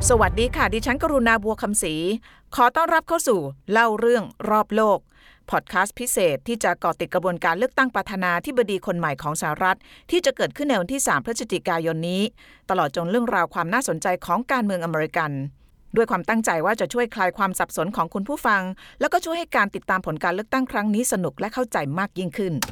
สวัสดีค่ะดิฉันกรุณาบัวคำศรีขอต้อนรับเข้าสู่เล่าเรื่องรอบโลกพอดแคสต์พิเศษที่จะเกาะติดกระบวนการเลือกตั้งประธานาธิบดีคนใหม่ของสหรัฐที่จะเกิดขึ้นในวันที่3 พฤศจิกายนนี้ตลอดจนเรื่องราวความน่าสนใจของการเมืองอเมริกันด้วยความตั้งใจว่าจะช่วยคลายความสับสนของคุณผู้ฟังแล้วก็ช่วยให้การติดตามผลการเลือกตั้งครั้งนี้สนุกและเข้าใจมากยิ่งขึ้น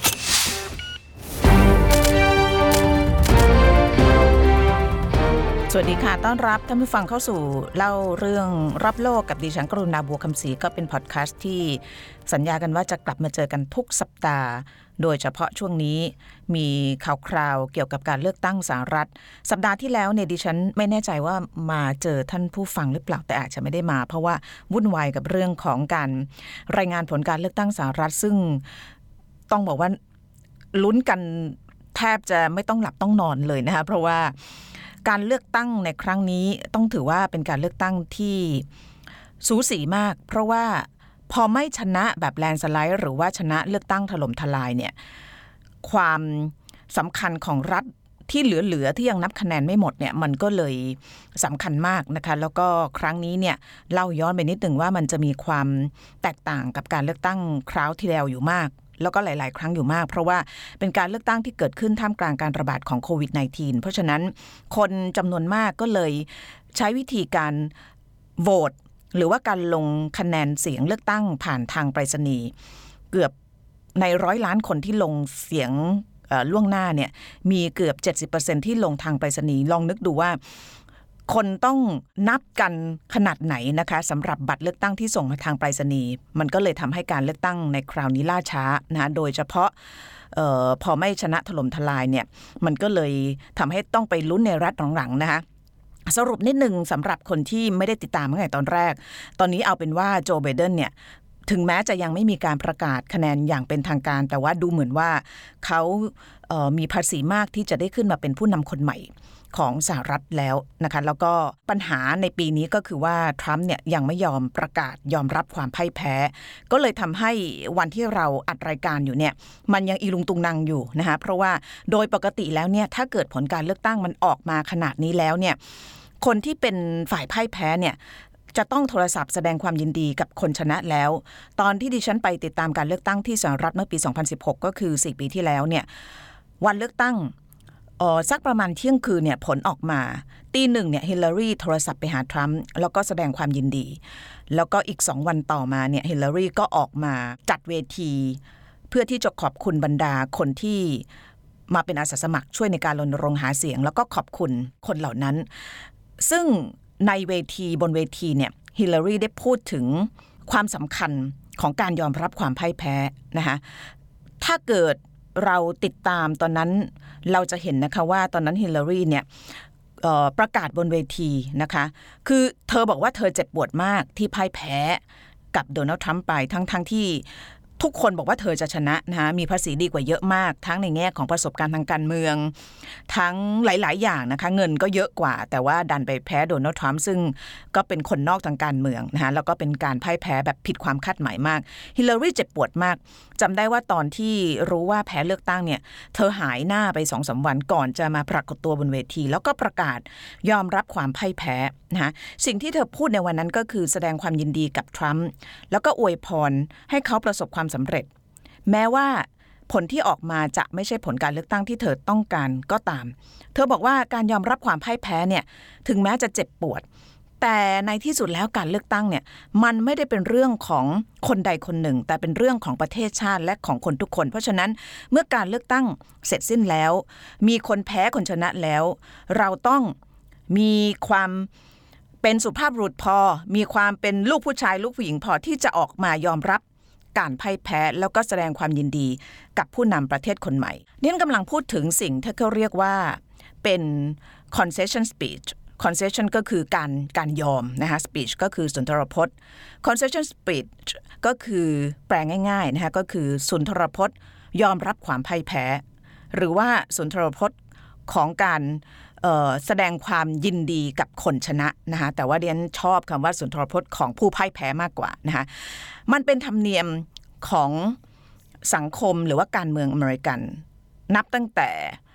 สวัสดีค่ะต้อนรับท่านผู้ฟังเข้าสู่เล่าเรื่องรอบโลกกับดิฉันกรุณาบัวคำศรีก็เป็นพอดแคสต์ที่สัญญากันว่าจะกลับมาเจอกันทุกสัปดาห์โดยเฉพาะช่วงนี้มีข่าวคราวเกี่ยวกับการเลือกตั้งสหรัฐสัปดาห์ที่แล้วเนี่ยดิฉันไม่แน่ใจว่ามาเจอท่านผู้ฟังหรือเปล่าแต่อาจจะไม่ได้มาเพราะว่าวุ่นวายกับเรื่องของการรายงานผลการเลือกตั้งสหรัฐซึ่งต้องบอกว่าลุ้นกันแทบจะไม่ต้องหลับต้องนอนเลยนะคะเพราะว่าการเลือกตั้งในครั้งนี้ต้องถือว่าเป็นการเลือกตั้งที่สูสีมากเพราะว่าพอไม่ชนะแบบแลนสไลด์หรือว่าชนะเลือกตั้งถล่มทลายเนี่ยความสำคัญของรัฐที่เหลือที่ยังนับคะแนนไม่หมดเนี่ยมันก็เลยสำคัญมากนะคะแล้วก็ครั้งนี้เนี่ยเล่าย้อนไปนิดนึงว่ามันจะมีความแตกต่างกับการเลือกตั้งคราวที่แล้วอยู่มากแล้วก็หลายๆครั้งอยู่มากเพราะว่าเป็นการเลือกตั้งที่เกิดขึ้นท่ามกลางการระบาดของโควิด -19 เพราะฉะนั้นคนจำนวนมากก็เลยใช้วิธีการโหวตหรือว่าการลงคะแนนเสียงเลือกตั้งผ่านทางไปรษณีย์เกือบใน100 ล้านคนที่ลงเสียงล่วงหน้าเนี่ยมีเกือบ 70% ที่ลงทางไปรษณีย์ลองนึกดูว่าคนต้องนับกันขนาดไหนนะคะสำหรับบัตรเลือกตั้งที่ส่งมาทางไปรษณีย์มันก็เลยทำให้การเลือกตั้งในคราวนี้ล่าช้านะโดยเฉพาะพอไม่ชนะถล่มทลายเนี่ยมันก็เลยทำให้ต้องไปลุ้นในรัฐหลังๆนะคะสรุปนิดนึงสำหรับคนที่ไม่ได้ติดตามตั้งแต่ตอนแรกตอนนี้เอาเป็นว่าโจไบเดนเนี่ยถึงแม้จะยังไม่มีการประกาศคะแนนอย่างเป็นทางการแต่ว่าดูเหมือนว่าเขามีภาษีมากที่จะได้ขึ้นมาเป็นผู้นำคนใหม่ของสหรัฐแล้วนะคะแล้วก็ปัญหาในปีนี้ก็คือว่าทรัมป์เนี่ยยังไม่ยอมประกาศยอมรับความพ่ายแพ้ก็เลยทำให้วันที่เราอัดรายการอยู่เนี่ยมันยังอีลุงตุงนังอยู่นะคะเพราะว่าโดยปกติแล้วเนี่ยถ้าเกิดผลการเลือกตั้งมันออกมาขนาดนี้แล้วเนี่ยคนที่เป็นฝ่ายพ่ายแพ้เนี่ยจะต้องโทรศัพท์แสดงความยินดีกับคนชนะแล้วตอนที่ดิฉันไปติดตามการเลือกตั้งที่สหรัฐเมื่อปี 2016 ก็คือ4 ปีที่แล้วเนี่ยวันเลือกตั้งสักประมาณเที่ยงคืนเนี่ยผลออกมาตีหนึ่งเนี่ยฮิลลารีโทรศัพท์ไปหาทรัมป์แล้วก็แสดงความยินดีแล้วก็อีก2 วันต่อมาเนี่ยฮิลลารีก็ออกมาจัดเวทีเพื่อที่จะขอบคุณบรรดาคนที่มาเป็นอาสาสมัครช่วยในการรณรงค์หาเสียงแล้วก็ขอบคุณคนเหล่านั้นซึ่งในเวทีบนเวทีเนี่ยฮิลลารีได้พูดถึงความสำคัญของการยอมรับความพ่ายแพ้นะคะถ้าเกิดเราติดตามตอนนั้นเราจะเห็นนะคะว่าตอนนั้นฮิลลารีเนี่ยประกาศบนเวทีนะคะคือเธอบอกว่าเธอเจ็บปวดมากที่พ่ายแพ้กับโดนัลด์ทรัมป์ไปทั้งที่ทุกคนบอกว่าเธอจะชนะนะคะมีภาษีดีกว่าเยอะมากทั้งในแง่ของประสบการณ์ทางการเมืองทั้งหลายๆอย่างนะคะเงินก็เยอะกว่าแต่ว่าดันไปแพ้โดนัลด์ทรัมป์ซึ่งก็เป็นคนนอกทางการเมืองนะคะแล้วก็เป็นการพ่ายแพ้แบบผิดความคาดหมายมากฮิลลารีเจ็บปวดมากจำได้ว่าตอนที่รู้ว่าแพ้เลือกตั้งเนี่ยเธอหายหน้าไป 2-3 วันก่อนจะมาปรากฏตัวบนเวทีแล้วก็ประกาศยอมรับความพ่ายแพ้นะคะสิ่งที่เธอพูดในวันนั้นก็คือแสดงความยินดีกับทรัมป์แล้วก็อวยพรให้เขาประสบความสำเร็จแม้ว่าผลที่ออกมาจะไม่ใช่ผลการเลือกตั้งที่เธอต้องการก็ตามเธอบอกว่าการยอมรับความพ่ายแพ้เนี่ยถึงแม้จะเจ็บปวดแต่ในที่สุดแล้วการเลือกตั้งเนี่ยมันไม่ได้เป็นเรื่องของคนใดคนหนึ่งแต่เป็นเรื่องของประเทศชาติและของคนทุกคนเพราะฉะนั้นเมื่อการเลือกตั้งเสร็จสิ้นแล้วมีคนแพ้คนชนะแล้วเราต้องมีความเป็นสุภาพบุรุษพอมีความเป็นลูกผู้ชายลูกผู้หญิงพอที่จะออกมายอมรับการพ่ายแพ้แล้วก็แสดงความยินดีกับผู้นำประเทศคนใหม่นี่กำลังพูดถึงสิ่งที่เขาเรียกว่าเป็น concession speech concession ก็คือการยอมนะคะ speech ก็คือสุนทรพจน์ concession speech ก็คือแปลง่ายๆนะคะก็คือสุนทรพจน์ยอมรับความพ่ายแพ้หรือว่าสุนทรพจน์ของการแสดงความยินดีกับคนชนะนะคะแต่ว่าเรียนชอบคำว่าสุนทรพจน์ของผู้พ่ายแพ้มากกว่านะคะมันเป็นธรรมเนียมของสังคมหรือว่าการเมืองอเมริกันนับตั้งแต่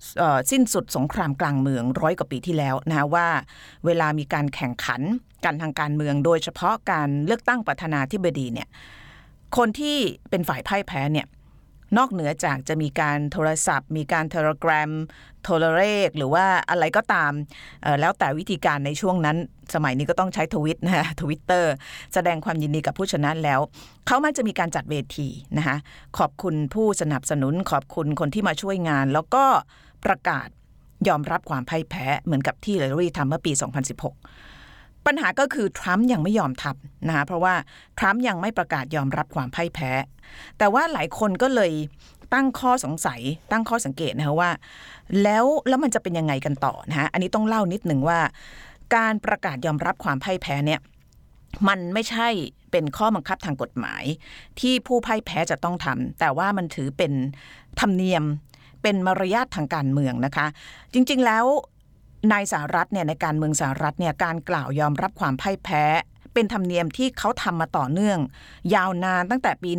สิ้นสุดสงครามกลางเมือง100 กว่าปีที่แล้วนะว่าเวลามีการแข่งขันกันทางการเมืองโดยเฉพาะการเลือกตั้งประธานาธิบดีเนี่ยคนที่เป็นฝ่ายพ่ายแพ้เนี่ยนอกเหนือจากจะมีการโทรศัพท์มีการเทเลกราฟโทรเลขหรือว่าอะไรก็ตามแล้วแต่วิธีการในช่วงนั้นสมัยนี้ก็ต้องใช้ทวิตนะฮะทวิตเตอร์แสดงความยินดีกับผู้ชนะแล้วเขามักจะมีการจัดเวทีนะคะขอบคุณผู้สนับสนุนขอบคุณคนที่มาช่วยงานแล้วก็ประกาศยอมรับความพ่ายแพ้เหมือนกับที่ฮิลลารีทำเมื่อปี 2016 ปัญหาก็คือทรัมป์ยังไม่ยอมทำนะคะเพราะว่าทรัมป์ยังไม่ประกาศยอมรับความพ่ายแพ้แต่ว่าหลายคนก็เลยตั้งข้อสงสัยตั้งข้อสังเกตนะคะว่าแล้วมันจะเป็นยังไงกันต่อนะฮะอันนี้ต้องเล่านิดหนึ่งว่าการประกาศยอมรับความพ่ายแพ้เนี่ยมันไม่ใช่เป็นข้อบังคับทางกฎหมายที่ผู้พ่ายแพ้จะต้องทำแต่ว่ามันถือเป็นธรรมเนียมเป็นมารยาททางการเมืองนะคะจริงๆแล้วในสหรัฐเนี่ยในการเมืองสหรัฐเนี่ยการกล่าวยอมรับความพ่ายแพ้เป็นธรรมเนียมที่เขาทำมาต่อเนื่องยาวนานตั้งแต่ปี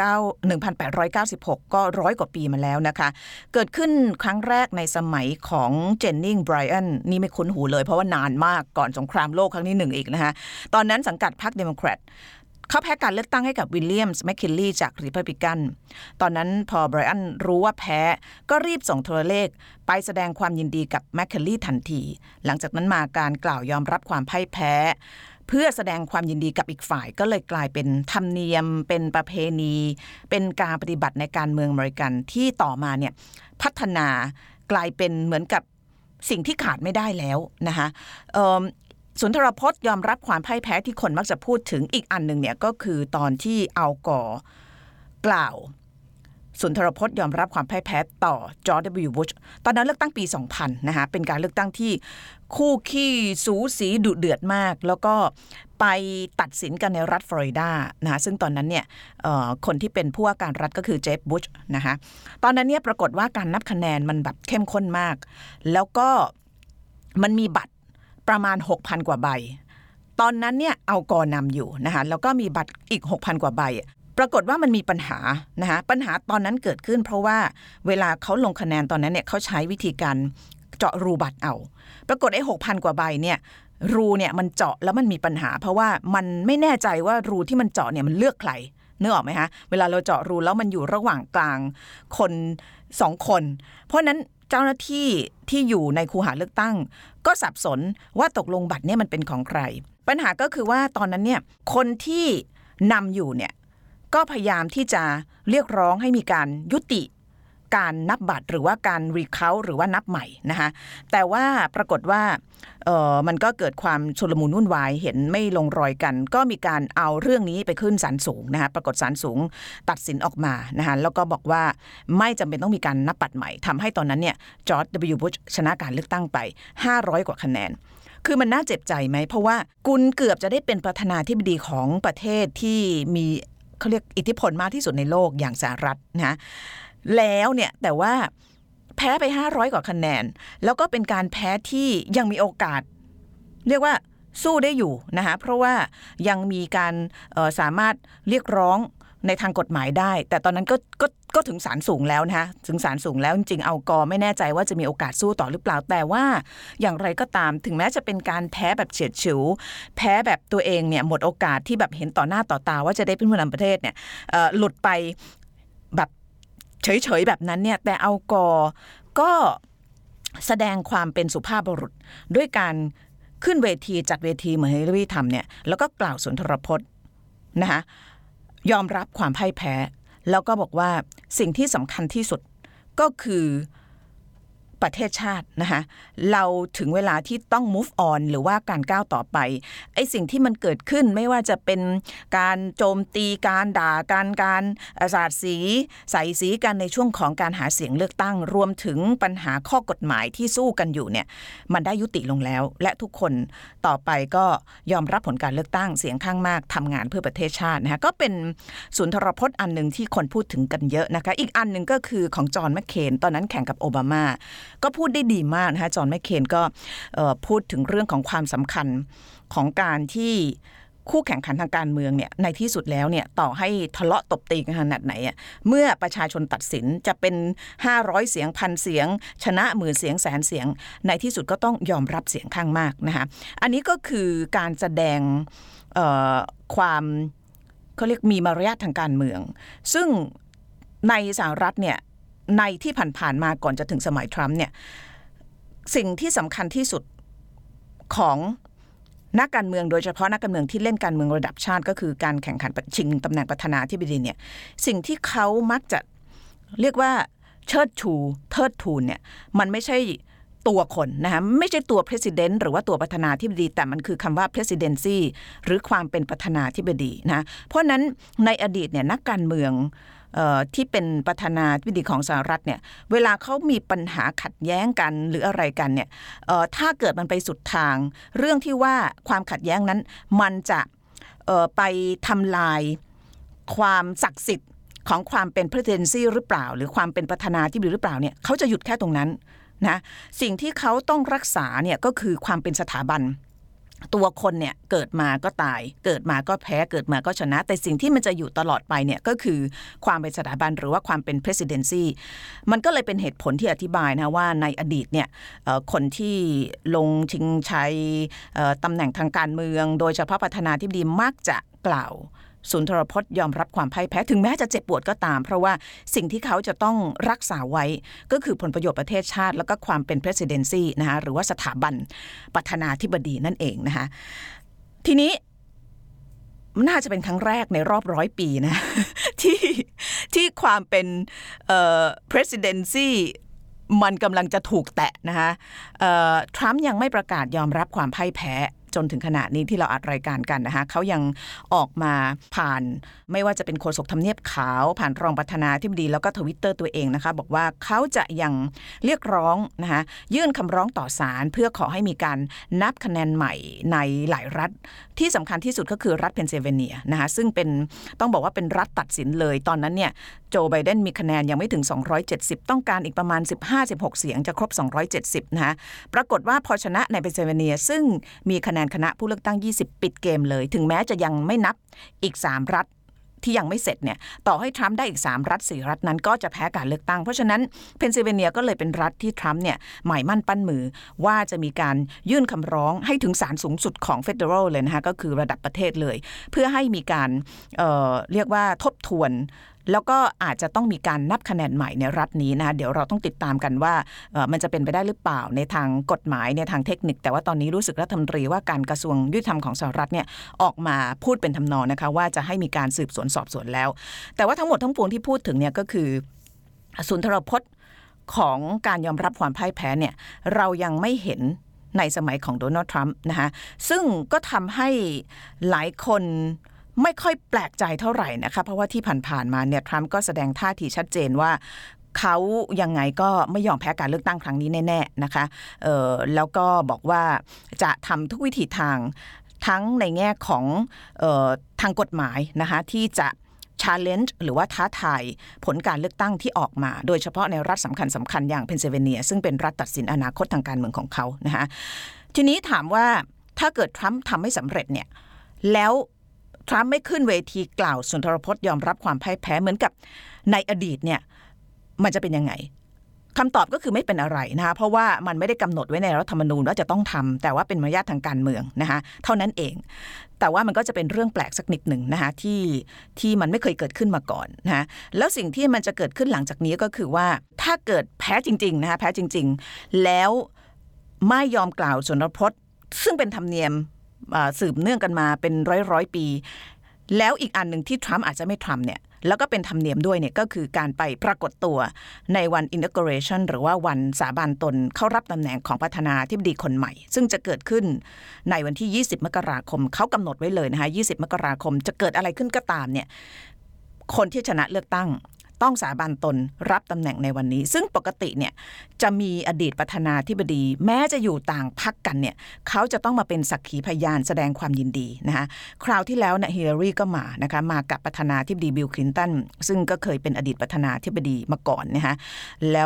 1896 ก็100 กว่าปีมาแล้วนะคะเกิดขึ้นครั้งแรกในสมัยของเจนนิงไบรอันนี่ไม่คุ้นหูเลยเพราะว่านานมากก่อนสงครามโลกครั้งที่1อีกนะคะตอนนั้นสังกัดพรรคเดโมแครตเขาแพ้การเลือกตั้งให้กับวิลเลียมส์แมคคินลีย์จากรีพับลิกันตอนนั้นพอไบรอันรู้ว่าแพ้ก็รีบส่งโทรเลขไปแสดงความยินดีกับแมคคินลีย์ทันทีหลังจากนั้นมาการกล่าวยอมรับความพ่ายแพ้เพื่อแสดงความยินดีกับอีกฝ่ายก็เลยกลายเป็นธรรมเนียมเป็นประเพณีเป็นการปฏิบัติในการเมืองอเมริกันที่ต่อมาเนี่ยพัฒนากลายเป็นเหมือนกับสิ่งที่ขาดไม่ได้แล้วนะคะสุนทรพจน์ยอมรับความพ่ายแพ้ที่คนมักจะพูดถึงอีกอันหนึ่งเนี่ยก็คือตอนที่อัลกอร์กล่าวสุนทรพจน์ยอมรับความพ่ายแพ้ต่อจอร์จ W. บุชตอนนั้นเลือกตั้งปี 2000 นะคะเป็นการเลือกตั้งที่คู่ขี้สูสีดุเดือดมากแล้วก็ไปตัดสินกันในรัฐฟลอริดานะคะซึ่งตอนนั้นเนี่ยคนที่เป็นผู้ว่าการรัฐก็คือเจฟบุชนะคะตอนนั้นเนี่ยปรากฏว่าการนับคะแนนมันแบบเข้มข้นมากแล้วก็มันมีบัตรประมาณ 6,000 กว่าใบตอนนั้นเนี่ยอัลกอร์นำอยู่นะคะแล้วก็มีบัตรอีก 6,000 กว่าใบปรากฏว่ามันมีปัญหานะคะปัญหาตอนนั้นเกิดขึ้นเพราะว่าเวลาเขาลงคะแนนตอนนั้นเนี่ยเขาใช้วิธีการเจาะรูบัตรเอาปรากฏไอ้ 6,000 กว่าใบเนี่ยรูเนี่ยมันเจาะแล้วมันมีปัญหาเพราะว่ามันไม่แน่ใจว่ารูที่มันเจาะเนี่ยมันเลือกใครนึกออกไหมคะเวลาเราเจาะรูแล้วมันอยู่ระหว่างกลางคน2 คนเพราะนั้นเจ้าหน้าที่ที่อยู่ในคูหาเลือกตั้งก็สับสนว่าตกลงบัตรเนี่ยมันเป็นของใครปัญหาก็คือว่าตอนนั้นเนี่ยคนที่นำอยู่เนี่ยก็พยายามที่จะเรียกร้องให้มีการยุติการนับบัตรหรือว่าการรีเคาท์หรือว่านับใหม่นะคะแต่ว่าปรากฏว่ามันก็เกิดความชุลมุนวุ่นวายเห็นไม่ลงรอยกันก็มีการเอาเรื่องนี้ไปขึ้นศาลสูงนะคะปรากฏศาลสูงตัดสินออกมานะคะแล้วก็บอกว่าไม่จำเป็นต้องมีการนับบัตรใหม่ทำให้ตอนนั้นเนี่ยจอร์จ W. บุชชนะการเลือกตั้งไป500 กว่าคะแนนคือมันน่าเจ็บใจไหมเพราะว่ากุลเกือบจะได้เป็นประธานาธิบดีของประเทศที่มีเขาเรียกอิทธิพลมากที่สุดในโลกอย่างสหรัฐนะแล้วเนี่ยแต่ว่าแพ้ไป500 กว่าคะแนนแล้วก็เป็นการแพ้ที่ยังมีโอกาสเรียกว่าสู้ได้อยู่นะคะเพราะว่ายังมีการสามารถเรียกร้องในทางกฎหมายได้แต่ตอนนั้นก็ถึงศาลสูงแล้วนะคะถึงศาลสูงแล้วจริงๆอัลกอร์ไม่แน่ใจว่าจะมีโอกาสสู้ต่อหรือเปล่าแต่ว่าอย่างไรก็ตามถึงแม้จะเป็นการแพ้แบบเฉียดฉิวแพ้แบบตัวเองเนี่ยหมดโอกาสที่แบบเห็นต่อหน้าต่อตาว่าจะได้เป็นผู้นำประเทศเนี่ยหลุดไปแบบเฉยๆแบบนั้นเนี่ยแต่อัลกอร์ก็แสดงความเป็นสุภาพบุรุษด้วยการขึ้นเวทีจัดเวทีเหมือนฮิลลารีทำเนี่ยแล้วก็กล่าวสุนทรพจน์นะคะยอมรับความพ่ายแพ้แล้วก็บอกว่าสิ่งที่สำคัญที่สุดก็คือประเทศชาตินะคะเราถึงเวลาที่ต้อง move on หรือว่าการก้าวต่อไปไอ้สิ่งที่มันเกิดขึ้นไม่ว่าจะเป็นการโจมตีการด่าการสาดสีใส่สีกันในช่วงของการหาเสียงเลือกตั้งรวมถึงปัญหาข้อกฎหมายที่สู้กันอยู่เนี่ยมันได้ยุติลงแล้วและทุกคนต่อไปก็ยอมรับผลการเลือกตั้งเสียงข้างมากทำงานเพื่อประเทศชาตินะคะก็เป็นสุนทรพจน์อันนึงที่คนพูดถึงกันเยอะนะคะอีกอันนึงก็คือของจอห์นแมคเคนตอนนั้นแข่งกับโอบามาก็พูดได้ดีมากนะคะจอห์นแมคเคนก็พูดถึงเรื่องของความสำคัญของการที่คู่แข่งขันทางการเมืองเนี่ยในที่สุดแล้วเนี่ยต่อให้ทะเลาะตบตีกันขนาดไหนอ่ะเมื่อประชาชนตัดสินจะเป็น500เสียงพันเสียงชนะหมื่นเสียงแสนเสียงในที่สุดก็ต้องยอมรับเสียงข้างมากนะคะอันนี้ก็คือการแสดงความเขาเรียกมีมารยาททางการเมืองซึ่งในสหรัฐเนี่ยในที่ผ่านๆมาก่อนจะถึงสมัยทรัมป์เนี่ยสิ่งที่สำคัญที่สุดของนักการเมืองโดยเฉพาะนักการเมืองที่เล่นการเมืองระดับชาติก็คือการแข่งขันชิงตำแหน่งประธานาธิบดีเนี่ยสิ่งที่เขามักจะเรียกว่าเทิดทูนเนี่ยมันไม่ใช่ตัวคนนะคะไม่ใช่ตัว president หรือว่าตัวประธานาธิบดีแต่มันคือคำว่า presidency หรือความเป็นประธานาธิบดีนะเพราะนั้นในอดีตเนี่ยนักการเมืองที่เป็นประธานาธิบดีของสหรัฐเนี่ยเวลาเขามีปัญหาขัดแย้งกันหรืออะไรกันเนี่ยถ้าเกิดมันไปสุดทางเรื่องที่ว่าความขัดแย้งนั้นมันจะไปทำลายความศักดิ์สิทธิ์ของความเป็น presidency หรือเปล่าหรือความเป็นประธานาธิบดีหรือเปล่าเนี่ยเขาจะหยุดแค่ตรงนั้นนะสิ่งที่เขาต้องรักษาเนี่ยก็คือความเป็นสถาบันตัวคนเนี่ยเกิดมาก็ตายเกิดมาก็แพ้เกิดมาก็ชนะแต่สิ่งที่มันจะอยู่ตลอดไปเนี่ยก็คือความเป็นสถาบันหรือว่าความเป็น presidency มันก็เลยเป็นเหตุผลที่อธิบายนะว่าในอดีตเนี่ยคนที่ลงชิงชัยตำแหน่งทางการเมืองโดยเฉพาะประธานาธิบดีมักจะกล่าวสุนทรพจน์ยอมรับความพ่ายแพ้ถึงแม้จะเจ็บปวดก็ตามเพราะว่าสิ่งที่เขาจะต้องรักษาไว้ก็คือผลประโยชน์ประเทศชาติแล้วก็ความเป็น presidency นะคะหรือว่าสถาบันประธานาธิบดีนั่นเองนะคะทีนี้น่าจะเป็นครั้งแรกในรอบ100 ปีนะ ที่ความเป็นpresidency มันกำลังจะถูกแตะนะคะทรัมป์ยังไม่ประกาศยอมรับความพ่ายแพ้จนถึงขณะนี้ที่เราอัดรายการกันนะคะเขายังออกมาผ่านไม่ว่าจะเป็นโฆษกทำเนียบขาวผ่านรองประธานาธิบดีแล้วก็ Twitter ตัวเองนะคะบอกว่าเขาจะยังเรียกร้องนะคะยื่นคำร้องต่อศาลเพื่อขอให้มีการนับคะแนนใหม่ในหลายรัฐที่สำคัญที่สุดก็คือรัฐเพนซิลเวเนียนะคะซึ่งเป็นต้องบอกว่าเป็นรัฐตัดสินเลยตอนนั้นเนี่ยโจไบเดนมีคะแนนยังไม่ถึง270ต้องการอีกประมาณ 15-16 เสียงจะครบ270นะคะปรากฏว่าพอชนะในเพนซิลเวเนียซึ่งมีคะแนนคณะผู้เลือกตั้ง20ปิดเกมเลยถึงแม้จะยังไม่นับอีก3รัฐที่ยังไม่เสร็จเนี่ยต่อให้ทรัมป์ได้อีก3รัฐ4รัฐนั้นก็จะแพ้การเลือกตั้งเพราะฉะนั้นเพนซิลเวเนียก็เลยเป็นรัฐที่ทรัมป์เนี่ยหมายมั่นปั้นมือว่าจะมีการยื่นคำร้องให้ถึงศาลสูงสุดของเฟเดอรัลเลยนะคะก็คือระดับประเทศเลยเพื่อให้มีการเรียกว่าทบทวนแล้วก็อาจจะต้องมีการนับคะแนนใหม่ในรัฐนี้นะคะเดี๋ยวเราต้องติดตามกันว่ามันจะเป็นไปได้หรือเปล่าในทางกฎหมายในทางเทคนิคแต่ว่าตอนนี้รู้สึกรัฐมนตรีว่าการกระทรวงยุติธรรมของสหรัฐเนี่ยออกมาพูดเป็นทำนองนะคะว่าจะให้มีการสืบสวนสอบสวนแล้วแต่ว่าทั้งหมดทั้งปวงที่พูดถึงเนี่ยก็คือสุนทรพจน์ของการยอมรับความพ่ายแพ้เนี่ยเรายังไม่เห็นในสมัยของโดนัลด์ทรัมป์นะคะซึ่งก็ทำให้หลายคนไม่ค่อยแปลกใจเท่าไหร่นะคะเพราะว่าที่ผ่านๆมาเนี่ยทรัมป์ก็แสดงท่าทีชัดเจนว่าเขายังไงก็ไม่ยอมแพ้การเลือกตั้งครั้งนี้แน่ๆนะคะแล้วก็บอกว่าจะทำทุกวิถีทางทั้งในแง่ของทางกฎหมายนะคะที่จะ challenge หรือว่าท้าทายผลการเลือกตั้งที่ออกมาโดยเฉพาะในรัฐสำคัญอย่างเพนซิลเวเนียซึ่งเป็นรัฐตัดสินอนาคตทางการเมืองของเขานะคะทีนี้ถามว่าถ้าเกิดทรัมป์ทำไม่สำเร็จเนี่ยแล้วทรัมป์ไม่ขึ้นเวทีกล่าวสุนทรพจน์ยอมรับความพ่ายแพ้เหมือนกับในอดีตเนี่ยมันจะเป็นยังไงคำตอบก็คือไม่เป็นอะไรนะคะเพราะว่ามันไม่ได้กำหนดไว้ในรัฐธรรมนูญว่าจะต้องทำแต่ว่าเป็นมารยาททางการเมืองนะคะเท่านั้นเองแต่ว่ามันก็จะเป็นเรื่องแปลกสักนิดหนึ่งนะคะที่มันไม่เคยเกิดขึ้นมาก่อนนะแล้วสิ่งที่มันจะเกิดขึ้นหลังจากนี้ก็คือว่าถ้าเกิดแพ้จริงๆนะคะแพ้จริงๆแล้วไม่ยอมกล่าวสุนทรพจน์ซึ่งเป็นธรรมเนียมสืบเนื่องกันมาเป็นร้อยปีแล้วอีกอันหนึ่งที่ทรัมป์อาจจะไม่ทำเนี่ยแล้วก็เป็นธรรมเนียมด้วยเนี่ยก็คือการไปปรากฏตัวในวัน inauguration หรือว่าวันสาบานตนเข้ารับตำแหน่งของประธานาธิบดีคนใหม่ซึ่งจะเกิดขึ้นในวันที่20มกราคมเขากำหนดไว้เลยนะคะ20มกราคมจะเกิดอะไรขึ้นก็ตามเนี่ยคนที่ชนะเลือกตั้งต้องสาบานตนรับตำแหน่งในวันนี้ซึ่งปกติเนี่ยจะมีอดีตประธานาธิบดีแม้จะอยู่ต่างพรรคกันเนี่ยเขาจะต้องมาเป็นสักขีพยานแสดงความยินดีนะคะคราวที่แล้วเนี่ยฮิลลารีก็มานะคะมากับประธานาธิบดีบิลคลินตันซึ่งก็เคยเป็นอดีตประธานาธิบดีมาก่อนนะคะแล้ว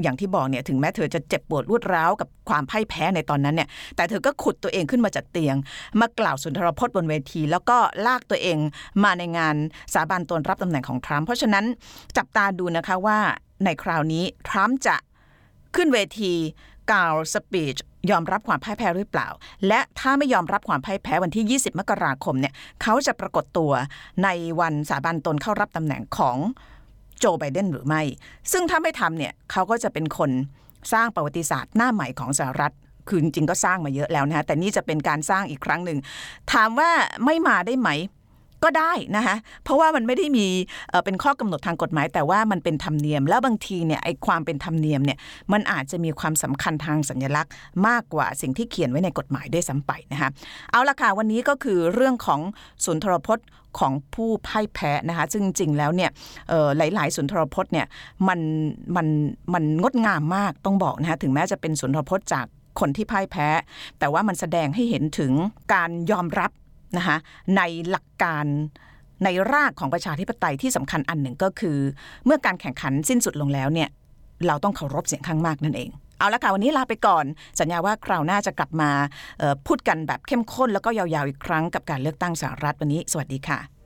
อย่างที่บอกเนี่ยถึงแม้เธอจะเจ็บปวดรวดร้าวกับความพ่ายแพ้ในตอนนั้นเนี่ยแต่เธอก็ขุดตัวเองขึ้นมาจากเตียงมากล่าวสุนทรพจน์บนเวทีแล้วก็ลากตัวเองมาในงานสาบานตนรับตำแหน่งของทรัมป์เพราะฉะนั้นจับตาดูนะคะว่าในคราวนี้ทรัมป์จะขึ้นเวทีกล่าวสปีชยอมรับความพ่ายแพ้หรือเปล่าและถ้าไม่ยอมรับความพ่ายแพ้วันที่20มกราคมเนี่ยเขาจะปรากฏตัวในวันสาบานตนเข้ารับตำแหน่งของโจไบเดนหรือไม่ซึ่งถ้าไม่ทำเนี่ยเขาก็จะเป็นคนสร้างประวัติศาสตร์หน้าใหม่ของสหรัฐคือจริงๆก็สร้างมาเยอะแล้วนะแต่นี่จะเป็นการสร้างอีกครั้งหนึ่งถามว่าไม่มาได้ไหมก็ได้นะคะเพราะว่ามันไม่ได้มีเป็นข้อกำหนดทางกฎหมายแต่ว่ามันเป็นธรรมเนียมแล้วบางทีเนี่ยไอ้ความเป็นธรรมเนียมเนี่ยมันอาจจะมีความสำคัญทางสัญลักษณ์มากกว่าสิ่งที่เขียนไว้ในกฎหมายด้วยซ้ำไปนะคะเอาละค่ะวันนี้ก็คือเรื่องของสุนทรพจน์ของผู้พ่ายแพ้นะคะซึ่งจริงๆแล้วเนี่ยหลายๆสุนทรพจน์เนี่ยมันงดงามมากต้องบอกนะคะถึงแม้จะเป็นสุนทรพจน์จากคนที่พ่ายแพ้แต่ว่ามันแสดงให้เห็นถึงการยอมรับนะคะในหลักการในรากของประชาธิปไตยที่สำคัญอันหนึ่งก็คือเมื่อการแข่งขันสิ้นสุดลงแล้วเนี่ยเราต้องเคารพเสียงข้างมากนั่นเองเอาละค่ะวันนี้ลาไปก่อนสัญญาว่าคราวหน้าจะกลับมาพูดกันแบบเข้มข้นแล้วก็ยาวๆอีกครั้งกับการเลือกตั้งสหรัฐวันนี้สวัสดีค่ะ